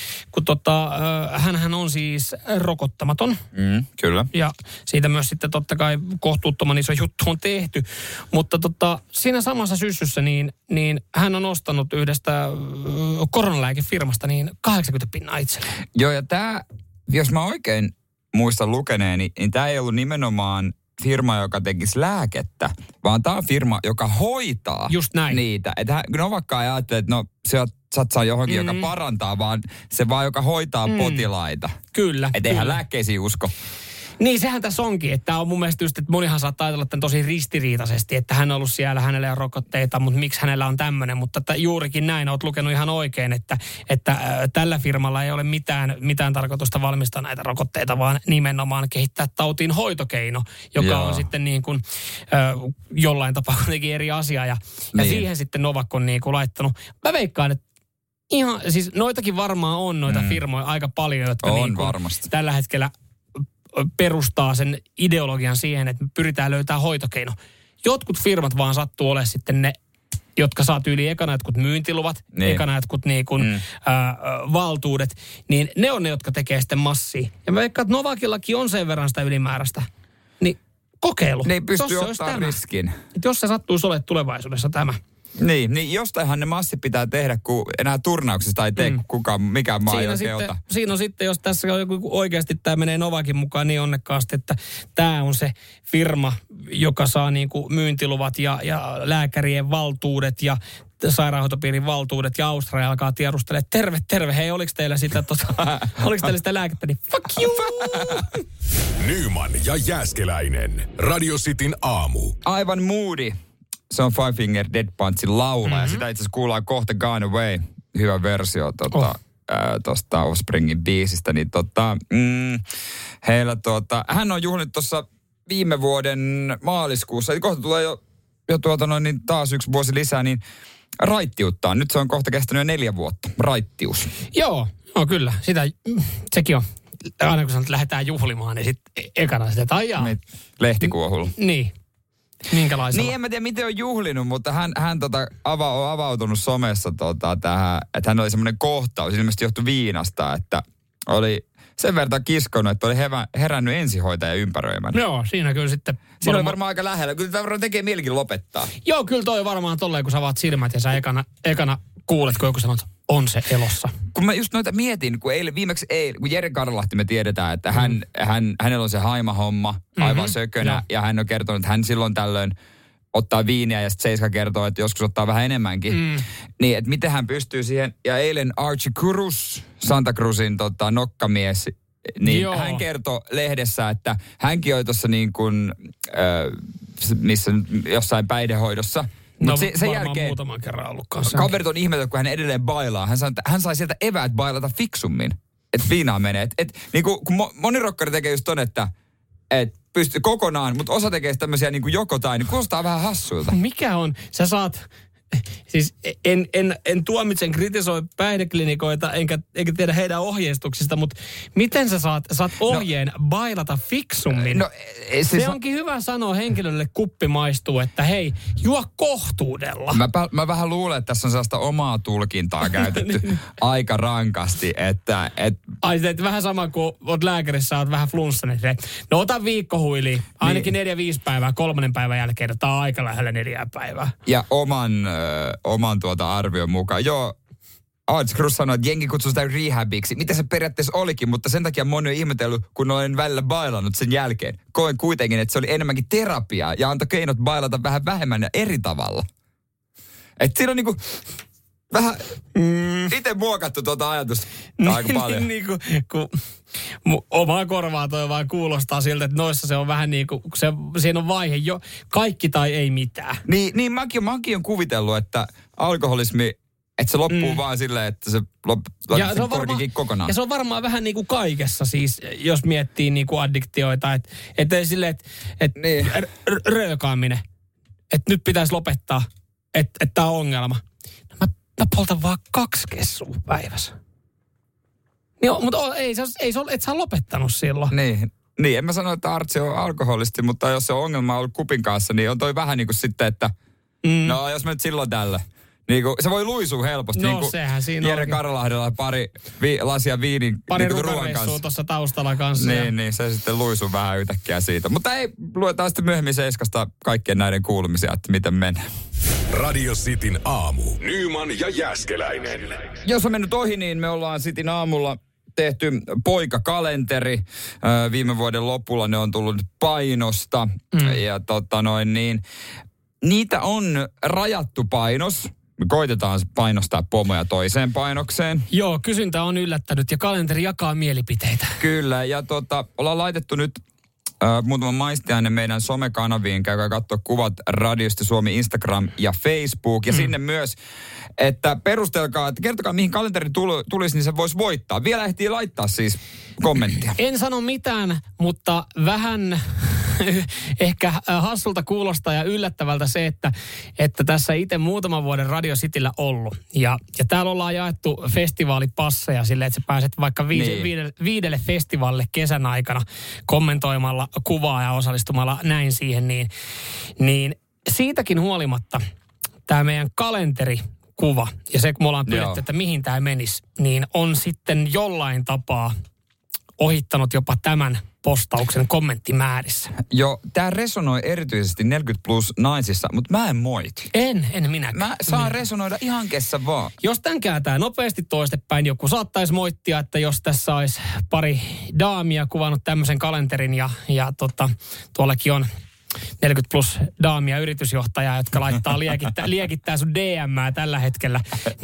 hänhän on siis rokottamaton. Kyllä. Ja siitä myös sitten totta kai kohtuuttoman iso juttu on tehty. Mutta siinä samassa syssyssä niin hän on ostanut yhdestä koronalääkefirmasta niin 80 pinnaa itselleen. Joo, ja tämä, jos mä oikein muistan lukeneeni, niin tämä ei ollut nimenomaan firma, joka tekisi lääkettä, vaan tämä on firma, joka hoitaa just näin. Niitä. Että Novakka ei ajattele, että no se satsaa johonkin, joka parantaa, vaan se vaan, joka hoitaa potilaita. Kyllä. Että eihän lääkkeisiin usko. Niin, sehän tässä onkin, että on mun mielestä just, että monihan saattaa ajatella tämän tosi ristiriitaisesti, että hän on ollut siellä, hänellä on rokotteita, mutta miksi hänellä on tämmöinen. Mutta juurikin näin, olet lukenut ihan oikein, että tällä firmalla ei ole mitään tarkoitusta valmistaa näitä rokotteita, vaan nimenomaan kehittää tautiin hoitokeino, joka on sitten niin kuin jollain tapaa kuitenkin eri asia. Ja siihen sitten Novak on niin kuin laittanut. Mä veikkaan, että ihan, siis noitakin varmaan on noita firmoja aika paljon, jotka niin kuin tällä hetkellä perustaa sen ideologian siihen, että me pyritään löytämään hoitokeino. Jotkut firmat vaan sattuu olemaan sitten ne, jotka saa tyyliin ekana jotkut myyntiluvat, ekana jotkut valtuudet, niin ne on ne, jotka tekee sitten massia. Ja mä veikkaan, että Novakillakin on sen verran sitä ylimääräistä. Niin kokeilu. Ne ei pysty ottaa riskin. Että jos se sattuisi olemaan tulevaisuudessa tämä. Niin jostainhan ne massit pitää tehdä, kun enää turnauksista ei tee mikään maa ei oikein ota. Siinä on sitten, jos tässä oikeasti tämä menee Novakin mukaan niin onnekkaasti, että tämä on se firma, joka saa niin kuin myyntiluvat ja lääkärien valtuudet ja sairaanhoitopiirin valtuudet ja Australia alkaa tiedustella, terve, hei, oliko teillä sitä lääkettä, niin fuck you! Nyman ja Jääskeläinen. Radio Cityn aamu. Aivan Moody. Se on Five Finger Dead Punchin laula ja sitä itse asiassa kuullaan kohta Gone Away. Hyvä versio tuosta Offspringin biisistä. Niin hän on juhlinut tuossa viime vuoden maaliskuussa. Eli kohta tulee jo taas yksi vuosi lisää, niin raittiuttaan. Nyt se on kohta kestänyt jo 4 vuotta. Raittius. Joo, kyllä. Sekin on. Aina kun sanotaan, että lähdetään juhlimaan, niin sitten ekana sitä, että ajaa. Lehtikuohulla. Niin. Minkälaisella? Niin, en mä tiedä, miten on juhlinut, mutta hän on avautunut somessa tähän, että hän oli semmoinen kohtaus, ilmeisesti johtui viinasta, että oli sen verran kiskonut, että oli herännyt ensihoitaja ympäröimään. Joo, siinä kyllä sitten. Siinä oli varmaan aika lähellä. Kyllä tämä varmaan tekee mielikin lopettaa. Joo, kyllä toi varmaan tolleen, kun sä avaat silmät ja sä ekana kuulet, kun joku sanoo, että on se elossa. Kun mä just noita mietin, kun kun Jere Karlahti me tiedetään, että hänellä on se haimahomma aivan sökönä, ja hän on kertonut, että hän silloin tällöin ottaa viiniä ja sitten Seiska kertoo, että joskus ottaa vähän enemmänkin. Niin, että miten hän pystyy siihen. Ja eilen Archie Cruz, Santa Cruzin nokkamies, niin hän kertoi lehdessä, että hänkin oli tuossa niin kuin, missä jossain päihdehoidossa. No sen jälkeen muutaman kerran ollut kanssa. Kaverit on ihmetellyt, kun hän edelleen bailaa. Hän sanoi, että hän sai sieltä eväät bailata fiksummin. Että viinaa menee. Niin kun moni rokkari tekee just ton, että pystyy kokonaan, mutta osa tekee tämmöisiä niin kuin joko tai, niin kuulostaa vähän hassuilta. Mikä on? Sä saat, siis en tuomitsen kritisoi päihdeklinikoita, enkä tiedä heidän ohjeistuksista, mutta miten sä saat ohjeen bailata fiksummin? No, se onkin hyvä sanoa henkilölle, kuppi maistuu, että hei, juo kohtuudella. Mä vähän luulen, että tässä on sellaista omaa tulkintaa käytetty aika rankasti, että Ai se, että vähän sama kuin oot lääkärissä, oot vähän flunssainen. No ota viikkohuiliin, ainakin 4-5 päivää, 3. päivän jälkeen, tää on aika lähellä 4 päivää. Ja oman arvion mukaan. Joo, Archie Cruz sanoi, että jengi kutsui sitä rehabiksi. Mitä se periaatteessa olikin, mutta sen takia moni on ihmetellyt, kun olen välillä bailannut sen jälkeen. Koen kuitenkin, että se oli enemmänkin terapiaa ja antoi keinot bailata vähän vähemmän ja eri tavalla. Että siinä on niinku vähän itse muokattu ajatusta aika paljon. kun omaa korvaa toi vaan kuulostaa siltä, että noissa se on vähän niin kuin, siinä on vaihe jo kaikki tai ei mitään. Niin mäkin on kuvitellut, että alkoholismi, että se loppuu vaan silleen, että se laittaa sen korkikin kokonaan. Ja se on varmaan vähän niin kuin kaikessa siis, jos miettii niin kuin addiktioita, että silleen, että niin. Röökaaminen, että nyt pitäisi lopettaa, että tämä on ongelma. Mä poltan vaan 2 kessua päivässä. Joo, mutta et sä lopettanut silloin. Niin, en mä sano, että Artsi on alkoholisti, mutta jos se ongelma on ollut kupin kanssa, niin on toi vähän niin kuin sitten, että No, jos mä nyt silloin tällä. Niinku, se voi luisua helposti. No niinku sehän siinä Jere Karlahdella pari lasia viinin pari niinku ruoan kanssa. tuossa taustalla kanssa. Niin, se sitten luisuu vähän yhtäkkiä siitä. Mutta ei, luetaan sitten myöhemmin Seiskasta kaikkien näiden kuulumisia, että miten menee. Radio Cityn aamu. Nyman ja Jääskeläinen. Jos on mennyt ohi, niin me ollaan Cityn aamulla tehty poikakalenteri. Viime vuoden lopulla ne on tullut painosta. Ja niitä on rajattu painos. Me koitetaan painostaa pomoja toiseen painokseen. Joo, kysyntä on yllättänyt ja kalenteri jakaa mielipiteitä. Kyllä, ja ollaan laitettu nyt muutama maistiainen meidän somekanaviin. Käykää katsoa kuvat Radiosta Suomi, Instagram ja Facebook. Ja sinne myös, että perustelkaa, että kertokaa mihin kalenteri tulisi, niin se voisi voittaa. Vielä ehtii laittaa siis kommenttia. En sano mitään, mutta vähän ehkä hassulta kuulostaa ja yllättävältä se, että tässä itse muutaman vuoden Radio Cityllä ollut. Ja täällä ollaan jaettu festivaalipasseja silleen, että sä pääset vaikka viidelle festivaalille kesän aikana kommentoimalla kuvaa ja osallistumalla näin siihen. Niin siitäkin huolimatta tämä meidän kalenterikuva ja se, kun me ollaan pyydetty, että mihin tämä menisi, niin on sitten jollain tapaa ohittanut jopa tämän postauksen kommenttimäärissä. Joo, tämä resonoi erityisesti 40 plus naisissa, mutta mä en moiti. En minäkään. Mä saan resonoida ihan kessä vaan. Jos tämän kääntää nopeasti toistepäin, joku saattaisi moittia, että jos tässä olisi pari daamia kuvannut tämmöisen kalenterin ja tuollakin on 40 plus daamia yritysjohtajaa, jotka laittaa liekittää sun DM:ää tällä hetkellä.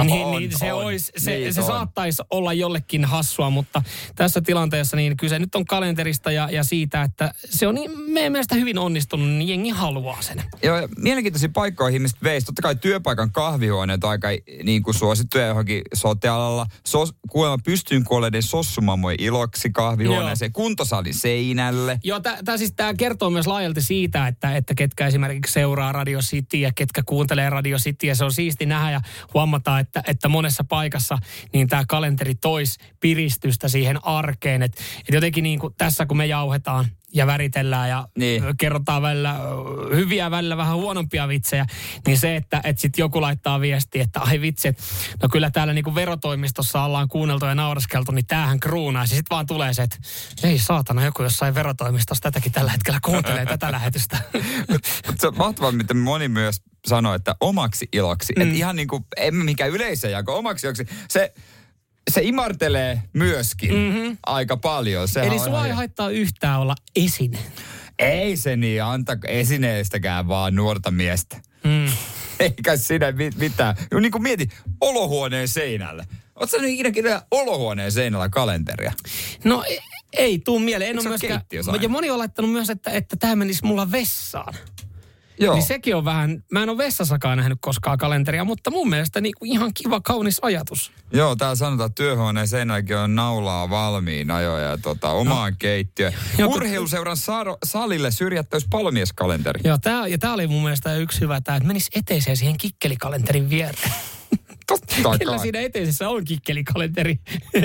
Se saattaisi olla jollekin hassua, mutta tässä tilanteessa niin kyse nyt on kalenterista ja siitä, että se on meidän mielestä hyvin onnistunut, niin jengi haluaa sen. Joo, mielenkiintoisia paikkoihin, mistä veisi. Totta kai työpaikan kahvihuoneet on aika niin kuin suosittuja johonkin sote-alalla. Kuulemma pystyyn kuolleiden sossumammojen iloksi kahvihuoneeseen, kuntosalin seinälle. Joo, tämä kertoo myös laajalti siitä, että ketkä esimerkiksi seuraa Radio City ja ketkä kuuntelee Radio City. Ja se on siisti nähdä ja huomata, että monessa paikassa niin tämä kalenteri toisi piristystä siihen arkeen. Että jotenkin niin kuin tässä, kun me jauhetaan ja väritellään ja kerrotaan välillä hyviä, välillä vähän huonompia vitsejä, niin se, että sitten joku laittaa viestiä, että ai vitsi, no kyllä täällä niinku verotoimistossa ollaan kuunneltu ja nauraskeltu, niin tämähän kruunaisi. Sitten vaan tulee se, että ei saatana, joku jossain verotoimistossa tätäkin tällä hetkellä kuuntelee tätä lähetystä. Se on mahtavaa, miten moni myös sanoo, että omaksi iloksi. Että ihan niin kuin, en mikään yleisö jako omaksi iloksi. Se imartelee myöskin aika paljon. Sehän eli sua ei haittaa yhtään olla esine. Ei se niin, anta esineestäkään vaan nuorta miestä. Eikä siinä mitään. Niin kuin mieti, olohuoneen seinällä. Ootko sä nyt ikinä olohuoneen seinällä kalenteria? No ei tuu mieleen. En ole myöskään. Ja moni on laittanut myös, että tämä menisi mulla vessaan. Joo. Niin sekin on vähän, mä en ole vessassakaan nähnyt koskaan kalenteria, mutta mun mielestä niinku ihan kiva, kaunis ajatus. Joo, täällä sanotaan, että työhuoneen seinälläkin on naulaa valmiina jo ja omaan keittiöön. Urheiluseuran salille syrjättäisi palomieskalenteri. Joo, tää oli mun mielestä yksi hyvä, että menisi eteiseen siihen kikkelikalenterin viereen. Kyllä siinä eteisessä on kikkelikalenteri.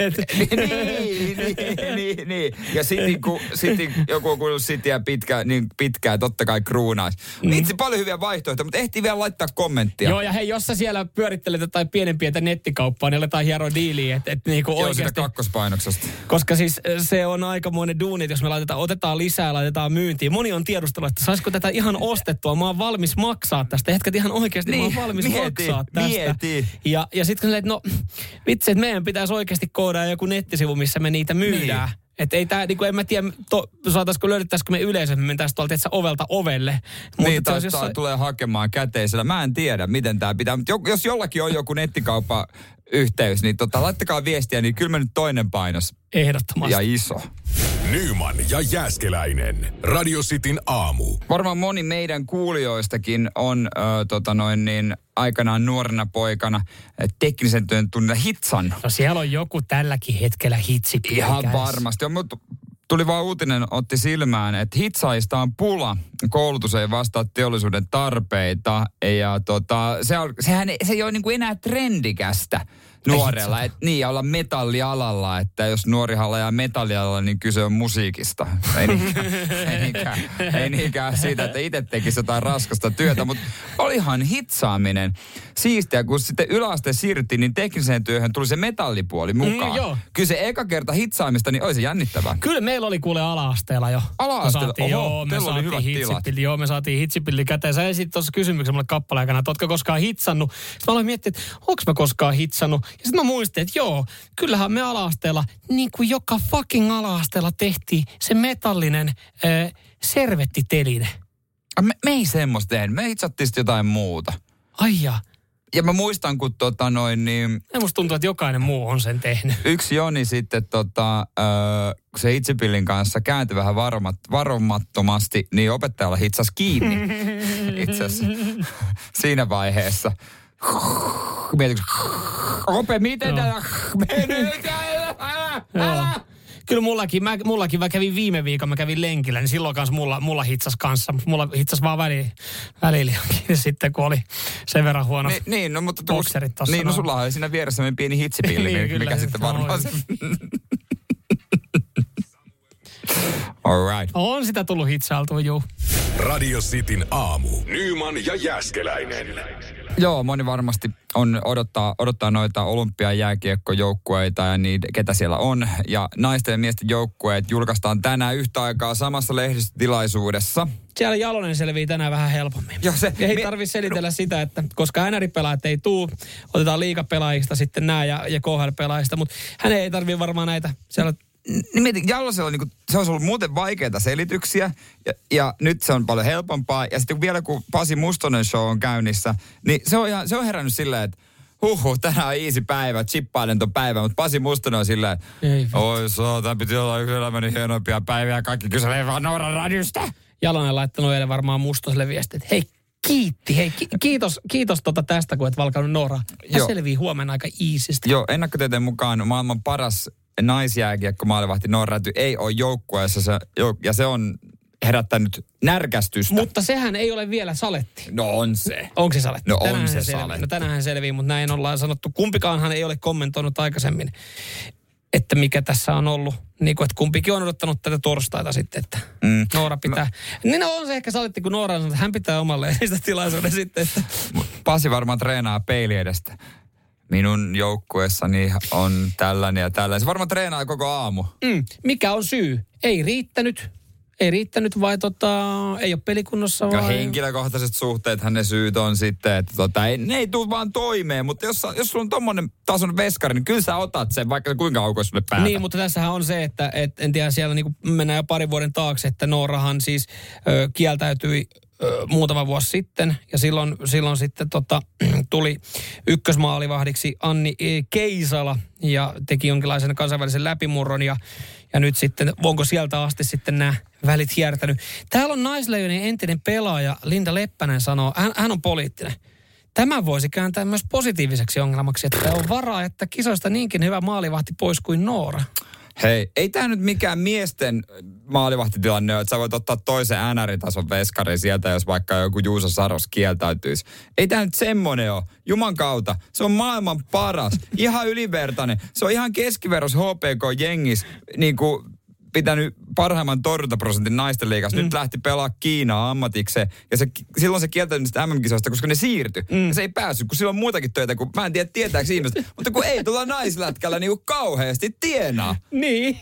Niin. Ja sitten joku on kuullut Cityä pitkään, totta kai kruunaisi. Itse paljon hyviä vaihtoehtoja, mutta ehtii vielä laittaa kommenttia. Joo, ja hei, jos sä siellä pyörittelet jotain pienempiä nettikauppaa, niin aletaan hieroa diiliä, että niinku oikeasti. Joo, sitä kakkospainoksesta. Koska siis se on aikamoinen duuni, jos me otetaan lisää, laitetaan myyntiin. Moni on tiedustellut, että saisiko tätä ihan ostettua. Mä oon valmis maksaa tästä. Hetket ihan oikeasti mä oon valmis maksaa tästä. Mieti. Ja sitten kun no vitsi, että meidän pitäisi oikeasti koodaa joku nettisivu, missä me niitä myydään. Niin. Että ei tää, niinku en mä tiedä, löydettäisikö me yleensä, me mentäisiin tuolta ovelta ovelle. Niin, tulee hakemaan käteisellä. Mä en tiedä, miten tää pitää. Mutta jos jollakin on joku nettikauppa-yhteys, niin laittakaa viestiä, niin kyllä me nyt toinen painos. Ehdottomasti. Ja iso. Nyman ja Jääskeläinen. Radio Cityn aamu. Varmaan moni meidän kuulijoistakin on aikanaan nuorena poikana teknisen työn tunnilla hitsan. No siellä on joku tälläkin hetkellä hitsi. Ihan varmasti. Mutta tuli vaan uutinen, otti silmään, että hitsaista on pula. Koulutus ei vastaa teollisuuden tarpeita. Ja se ei ole niin kuin enää trendikästä nuorella. Ja olla metallialalla, että jos nuori jää metallialalla, niin kyse on musiikista. Ei niinkään siitä, että itse tekisi jotain raskasta työtä, mutta olihan hitsaaminen siistiä, kun sitten yläaste siirryttiin, niin tekniseen työhön tuli se metallipuoli mukaan. Kyllä se eka kerta hitsaamista, niin oli se jännittävää. Kyllä meillä oli kuule ala-asteella jo. Ala-asteella? Me saatiin hitsipilli. Joo, me saatiin hitsipilli käteen. Sä esitit tuossa kysymyksen mulle kappaleen aikana, että ootko koskaan hitsannut. Sitten mä aloin miettiä, että onko mä koskaan hitsannut. Ja sitten mä muistin, että joo, kyllähän me ala-asteella, niin kuin joka fucking ala-asteella tehtiin se metallinen servettiteline. Me ei semmoista tehnyt. Me hitsattiin sitten jotain muuta. Ai jaa. Ja mä muistan, kun musta tuntuu, että jokainen muu on sen tehnyt. Yksi Joni sitten se hitsipillin kanssa kääntyi vähän varomattomasti, niin opettajalla hitsas kiinni. Itse asiassa siinä vaiheessa. Mietin, miten täällä menee? Kyllä mullakin mä kävin viime viikon, mä kävin lenkillä, niin silloin kanssa mulla hitsas kanssa. Mulla hitsas vaan välillä sitten, kun oli sen verran huono bokserit tossa. Niin, sulla oli siinä vieressä pieni hitsipilli, niin, mikä sitten varmaan all right. On sitä tullut hitsailtua, juu. Radio Cityn aamu. Nyman ja Jääskeläinen. Joo, moni varmasti odottaa noita olympiajääkiekkojoukkueita ja niitä, ketä siellä on. Ja naisten ja miesten joukkueet julkaistaan tänään yhtä aikaa samassa lehdistötilaisuudessa. Siellä Jalonen selvii tänään vähän helpommin. Joo, ei tarvitse selitellä sitä, että koska NR-pelaajat ei tuu, otetaan liigapelaajista sitten nämä ja KHL-pelaajista, mutta hän ei tarvitse varmaan näitä siellä. Niin mietin, Jallosella se olisi ollut muuten vaikeita selityksiä ja nyt se on paljon helpompaa. Ja sitten vielä kun Pasi Mustonen show on käynnissä, niin se on herännyt silleen, että tänään on easy päivä, chippailen ton päivän, mutta Pasi Mustonen on silleen, oi tämä piti olla yksi elämäni hienoimpia päiviä ja kaikki kyselee vaan Nooran radiosta. Jalonen laittanut eilen varmaan Mustoselle viestiä, että kiitos tästä, kun et valkannut Nooraa. Hän selvii huomenna aika easysti. Joo, ennakkotietojen mukaan maailman paras naisjääkiekko maalivahti Noora Räty ei ole joukkueessa ja se on herättänyt närkästystä. Mutta sehän ei ole vielä saletti. No on se. Onko se saletti? No on se saletti. No tänään selvii, mutta näin ollaan sanottu. Kumpikaanhan ei ole kommentoinut aikaisemmin, että mikä tässä on ollut. Niin kuin, että kumpikin on odottanut tätä torstaita sitten, että Noora pitää. Niin on se ehkä saletti, kun Noora sanoo, että hän pitää omalle sitä tilaisuuden sitten. Että. Pasi varmaan treenaa peili edestä. Minun joukkueessani on tällainen ja tällainen. Se varmaan treenaa koko aamu. Mikä on syy? Ei riittänyt vai ei ole pelikunnossa vai? Ja henkilökohtaiset suhteethan ne syyt on sitten, että ne ei tule vaan toimeen. Mutta jos sulla on tommonen tason veskari, niin kyllä sä otat sen, vaikka kuinka aukoisi sulle päätä. Niin, mutta tässähän on se, että en tiedä, siellä niin mennään jo parin vuoden taakse, että Noorahan siis kieltäytyi muutama vuosi sitten. Ja silloin sitten tuli ykkösmaalivahdiksi Anni Keisala ja teki jonkinlaisen kansainvälisen läpimurron. Ja nyt sitten, onko sieltä asti sitten nämä välit hiertänyt. Täällä on Naisleijonien entinen pelaaja Linda Leppänen sanoo, hän on poliittinen. Tämä voisi kääntää myös positiiviseksi ongelmaksi, että on varaa, että kisoista niinkin hyvä maalivahti pois kuin Noora. Hei, ei tämä nyt mikään miesten maalivahtitilanne ole, että sä voit ottaa toisen NR-tason veskarin sieltä, jos vaikka joku Juuso Saros kieltäytyisi. Ei tämä nyt semmoinen ole. Juman kautta. Se on maailman paras. Ihan ylivertainen. Se on ihan keskiverros HPK-jengis niin kuin pitänyt parhaimman torjuntaprosentin naisten liigassa. Nyt lähti pelaa Kiinaa ammatikseen. Ja silloin se kieltäytyi niistä MM-kisoista, koska ne siirtyi. Ja se ei päässyt, kun silloin on muutakin töitä, kun mä en tiedä tietääkö ihmiset. Mutta kun ei tulla naislätkällä niin kuin kauheasti tienaa. Niin.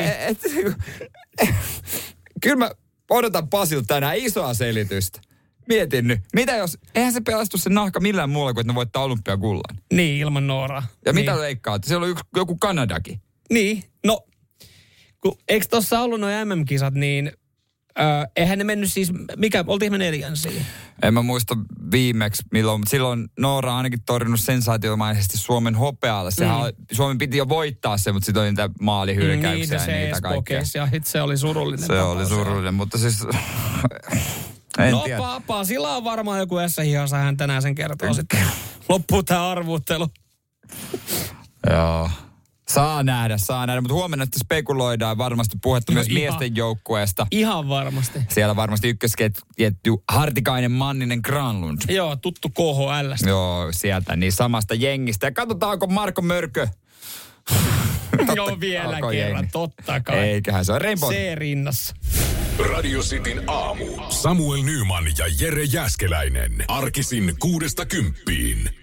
Kyllä mä odotan Pasilta tänään isoa selitystä. Mietin nyt. Mitä jos, eihän se pelastu se nahka millään muulla kuin, että ne voittaa olympiakullan. Niin, ilman Nooraa. Ja mitä leikkaat? Siellä on joku Kanadakin. Niin, no. Eikö tuossa ollut nuo MM-kisat, niin eihän ne mennyt siis, oltiin me 4. En mä muista viimeksi milloin, mutta silloin Noora on ainakin torjunut sensaatiomaisesti Suomen hopealle. Suomen piti jo voittaa se, mutta sitten oli niitä maalihylkäyksiä ja niitä kaikkea. Ja se oli surullinen. Se oli surullinen, mutta siis en tiedä. Pasilla on varmaan joku S-hihassa, hän tänään sen kertoo sitten. Loppuu tämä arvuuttelu. Joo. Saa nähdä, mutta huomenna sitten spekuloidaan varmasti puhetta myös miesten joukkueesta. Ihan varmasti. Siellä varmasti ykkösketju Hartikainen, Manninen, Granlund. Joo, tuttu KHL:stä. Joo, sieltä, niin samasta jengistä. Ja katsotaanko Marko Mörkö. Joo, vielä kerran, totta kai. Eiköhän se ole Rainbow. C-rinnassa. Radio Cityn aamu. Samuel Nyman ja Jere Jääskeläinen. Arkisin 6–10.